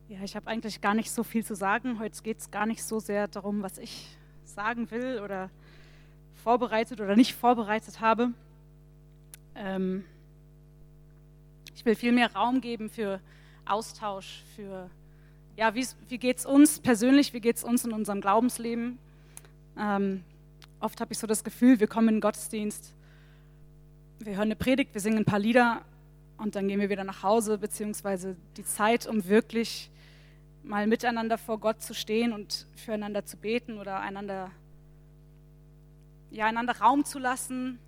Ja, ich habe eigentlich gar nicht so viel zu sagen. Heute geht es gar nicht so sehr darum, was ich sagen will oder vorbereitet oder nicht vorbereitet habe. Ich will viel mehr Raum geben für Austausch, für, ja, wie geht es uns persönlich, wie geht es uns in unserem Glaubensleben. Oft habe ich so das Gefühl, wir kommen in den Gottesdienst, wir hören eine Predigt, wir singen ein paar Lieder und dann gehen wir wieder nach Hause, beziehungsweise die Zeit, um wirklich mal miteinander vor Gott zu stehen und füreinander zu beten oder einander Raum zu lassen,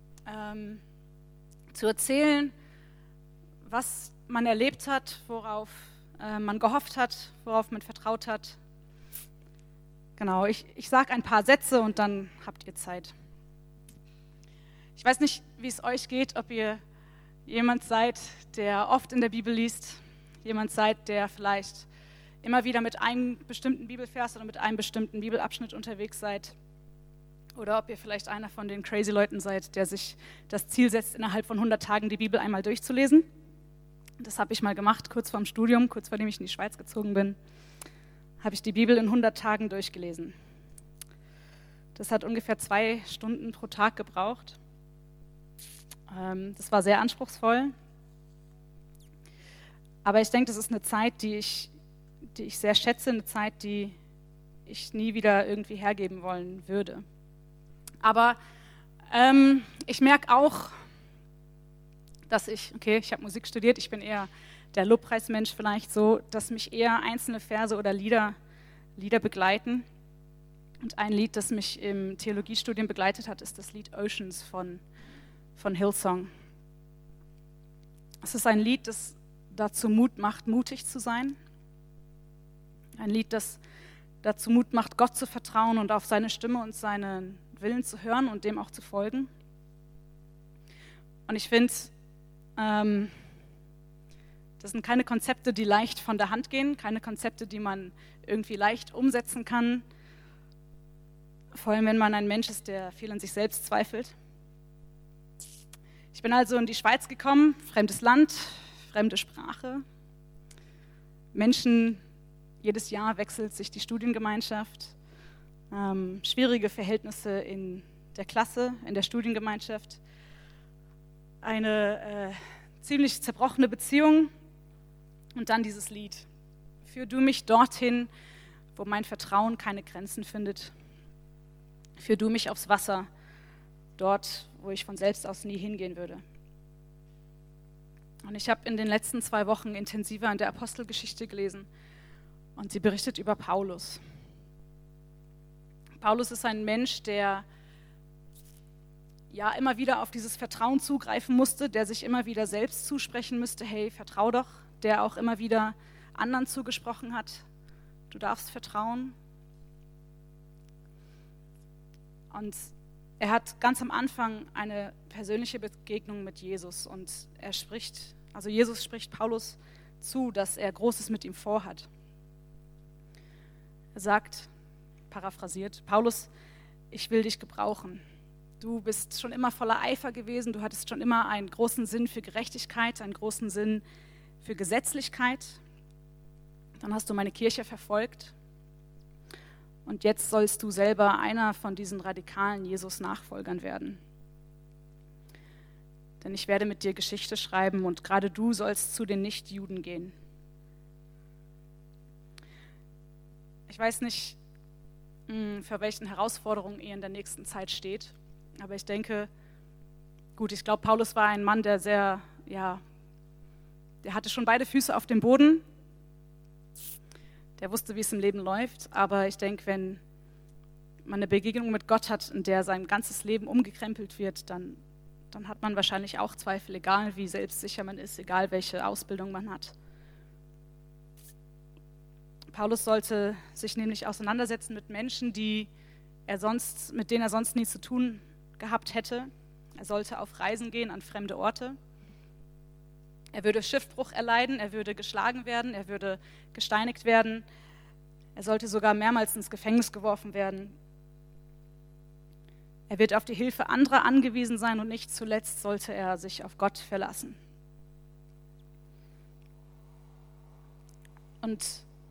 zu erzählen, was man erlebt hat, worauf man gehofft hat, worauf man vertraut hat. Genau, ich sage ein paar Sätze und dann habt ihr Zeit. Ich weiß nicht, wie es euch geht, ob ihr jemand seid, der oft in der Bibel liest, jemand seid, der vielleicht immer wieder mit einem bestimmten Bibelvers oder mit einem bestimmten Bibelabschnitt unterwegs seid. Oder ob ihr vielleicht einer von den crazy Leuten seid, der sich das Ziel setzt, innerhalb von 100 Tagen die Bibel einmal durchzulesen. Das habe ich mal gemacht, kurz vorm Studium, kurz vor dem ich in die Schweiz gezogen bin, habe ich die Bibel in 100 Tagen durchgelesen. Das hat ungefähr 2 Stunden pro Tag gebraucht. Das war sehr anspruchsvoll. Aber ich denke, das ist eine Zeit, die ich sehr schätze, eine Zeit, die ich nie wieder irgendwie hergeben wollen würde. Aber ich merke auch, dass ich habe Musik studiert, ich bin eher der Lobpreismensch vielleicht so, dass mich eher einzelne Verse oder Lieder begleiten. Und ein Lied, das mich im Theologiestudium begleitet hat, ist das Lied Oceans von Hillsong. Es ist ein Lied, das dazu Mut macht, mutig zu sein. Ein Lied, das dazu Mut macht, Gott zu vertrauen und auf seine Stimme und seinen Willen zu hören und dem auch zu folgen. Und ich finde, das sind keine Konzepte, die leicht von der Hand gehen, keine Konzepte, die man irgendwie leicht umsetzen kann, vor allem wenn man ein Mensch ist, der viel an sich selbst zweifelt. Ich bin also in die Schweiz gekommen, fremdes Land, fremde Sprache. Menschen, jedes Jahr wechselt sich die Studiengemeinschaft, schwierige Verhältnisse in der Klasse, in der Studiengemeinschaft, eine ziemlich zerbrochene Beziehung und dann dieses Lied. Führ du mich dorthin, wo mein Vertrauen keine Grenzen findet. Führ du mich aufs Wasser, dort, wo ich von selbst aus nie hingehen würde. Und ich habe in den letzten 2 Wochen intensiver in der Apostelgeschichte gelesen und sie berichtet über Paulus. Paulus ist ein Mensch, der ja immer wieder auf dieses Vertrauen zugreifen musste, der sich immer wieder selbst zusprechen müsste, hey, vertrau doch, der auch immer wieder anderen zugesprochen hat, du darfst vertrauen. Und er hat ganz am Anfang eine persönliche Begegnung mit Jesus und Jesus spricht Paulus zu, dass er Großes mit ihm vorhat. Er sagt, paraphrasiert, Paulus, ich will dich gebrauchen. Du bist schon immer voller Eifer gewesen, du hattest schon immer einen großen Sinn für Gerechtigkeit, einen großen Sinn für Gesetzlichkeit. Dann hast du meine Kirche verfolgt. Und jetzt sollst du selber einer von diesen radikalen Jesus-Nachfolgern werden. Denn ich werde mit dir Geschichte schreiben und gerade du sollst zu den Nichtjuden gehen. Ich weiß nicht, für welchen Herausforderungen ihr in der nächsten Zeit steht, aber ich denke, ich glaube, Paulus war ein Mann, der der hatte schon beide Füße auf dem Boden. Der wusste, wie es im Leben läuft, aber ich denke, wenn man eine Begegnung mit Gott hat, in der sein ganzes Leben umgekrempelt wird, dann hat man wahrscheinlich auch Zweifel, egal wie selbstsicher man ist, egal welche Ausbildung man hat. Paulus sollte sich nämlich auseinandersetzen mit Menschen, mit denen er sonst nie zu tun gehabt hätte. Er sollte auf Reisen gehen an fremde Orte. Er würde Schiffbruch erleiden, er würde geschlagen werden, er würde gesteinigt werden. Er sollte sogar mehrmals ins Gefängnis geworfen werden. Er wird auf die Hilfe anderer angewiesen sein und nicht zuletzt sollte er sich auf Gott verlassen. Und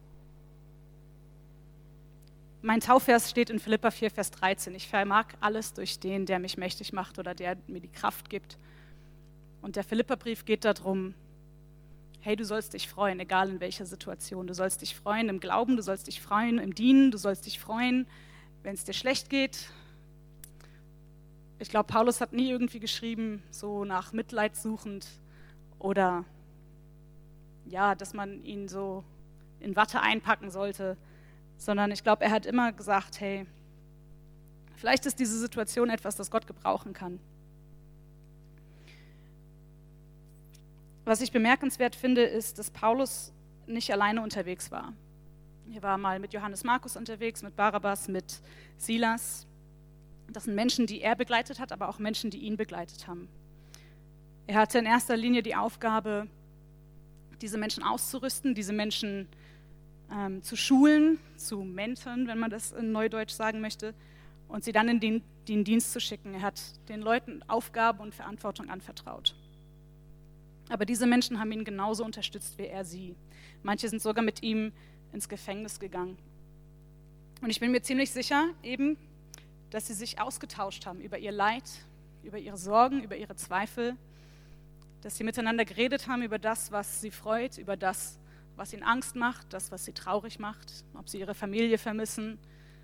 mein Taufvers steht in Philipper 4, Vers 13. Ich vermag alles durch den, der mich mächtig macht oder der mir die Kraft gibt. Und der Philipperbrief geht darum, hey, du sollst dich freuen, egal in welcher Situation. Du sollst dich freuen im Glauben, du sollst dich freuen im Dienen, du sollst dich freuen, wenn es dir schlecht geht. Ich glaube, Paulus hat nie irgendwie geschrieben, so nach Mitleid suchend oder ja, dass man ihn so in Watte einpacken sollte, sondern ich glaube, er hat immer gesagt, hey, vielleicht ist diese Situation etwas, das Gott gebrauchen kann. Was ich bemerkenswert finde, ist, dass Paulus nicht alleine unterwegs war. Er war mal mit Johannes Markus unterwegs, mit Barabbas, mit Silas. Das sind Menschen, die er begleitet hat, aber auch Menschen, die ihn begleitet haben. Er hatte in erster Linie die Aufgabe, diese Menschen auszurüsten, diese Menschen zu schulen, zu mentoren, wenn man das in Neudeutsch sagen möchte, und sie dann in den Dienst zu schicken. Er hat den Leuten Aufgabe und Verantwortung anvertraut. Aber diese Menschen haben ihn genauso unterstützt wie er sie. Manche sind sogar mit ihm ins Gefängnis gegangen. Und ich bin mir ziemlich sicher, eben, dass sie sich ausgetauscht haben über ihr Leid, über ihre Sorgen, über ihre Zweifel, dass sie miteinander geredet haben über das, was sie freut, über das, was ihnen Angst macht, das, was sie traurig macht, ob sie ihre Familie vermissen.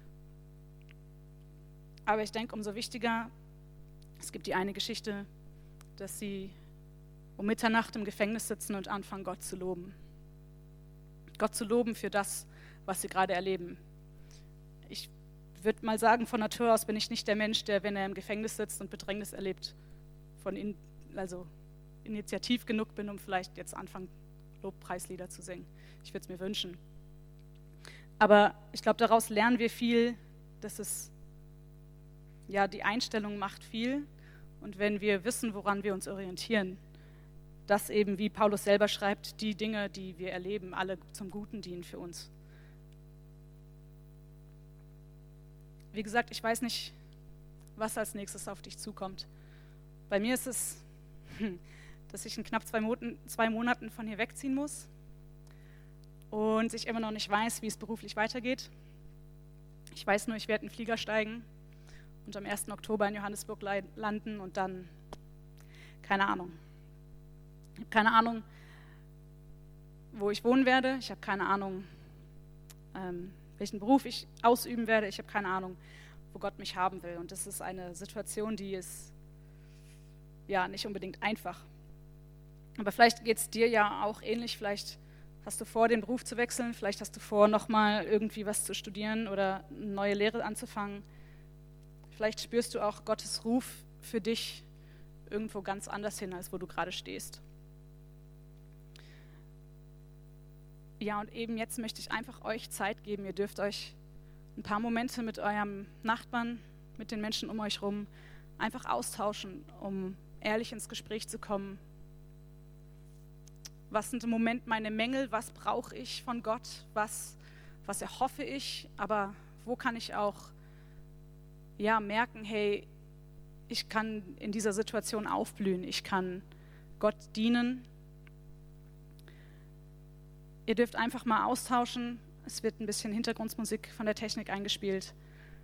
Aber ich denke, umso wichtiger, es gibt die eine Geschichte, dass sie um Mitternacht im Gefängnis sitzen und anfangen, Gott zu loben. Gott zu loben für das, was sie gerade erleben. Ich würde mal sagen, von Natur aus bin ich nicht der Mensch, der, wenn er im Gefängnis sitzt und Bedrängnis erlebt, also initiativ genug bin, um vielleicht jetzt anfangen, Lobpreislieder zu singen. Ich würde es mir wünschen. Aber ich glaube, daraus lernen wir viel, dass es, ja, die Einstellung macht viel. Und wenn wir wissen, woran wir uns orientieren, dass eben, wie Paulus selber schreibt, die Dinge, die wir erleben, alle zum Guten dienen für uns. Wie gesagt, ich weiß nicht, was als nächstes auf dich zukommt. Bei mir ist es, dass ich in knapp 2 Monaten von hier wegziehen muss und ich immer noch nicht weiß, wie es beruflich weitergeht. Ich weiß nur, ich werde in den Flieger steigen und am 1. Oktober in Johannesburg landen und dann, keine Ahnung. Ich habe keine Ahnung, wo ich wohnen werde. Ich habe keine Ahnung, welchen Beruf ich ausüben werde. Ich habe keine Ahnung, wo Gott mich haben will. Und das ist eine Situation, die ist ja nicht unbedingt einfach. Aber vielleicht geht es dir ja auch ähnlich. Vielleicht hast du vor, den Beruf zu wechseln. Vielleicht hast du vor, nochmal irgendwie was zu studieren oder eine neue Lehre anzufangen. Vielleicht spürst du auch Gottes Ruf für dich irgendwo ganz anders hin, als wo du gerade stehst. Ja, und eben jetzt möchte ich einfach euch Zeit geben. Ihr dürft euch ein paar Momente mit eurem Nachbarn, mit den Menschen um euch rum einfach austauschen, um ehrlich ins Gespräch zu kommen. Was sind im Moment meine Mängel? Was brauche ich von Gott? Was erhoffe ich? Aber wo kann ich auch merken, hey, ich kann in dieser Situation aufblühen. Ich kann Gott dienen. Ihr dürft einfach mal austauschen. Es wird ein bisschen Hintergrundmusik von der Technik eingespielt.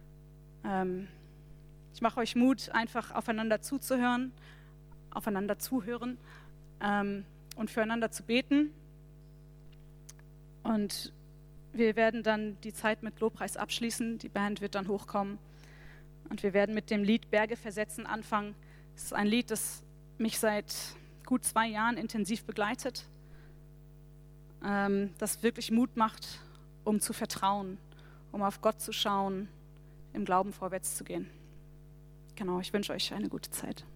Ich mache euch Mut, einfach aufeinander zuzuhören, aufeinander zuhören und füreinander zu beten. Und wir werden dann die Zeit mit Lobpreis abschließen. Die Band wird dann hochkommen. Und wir werden mit dem Lied Berge versetzen anfangen. Es ist ein Lied, das mich seit gut 2 Jahren intensiv begleitet. Das wirklich Mut macht, um zu vertrauen, um auf Gott zu schauen, im Glauben vorwärts zu gehen. Genau, ich wünsche euch eine gute Zeit.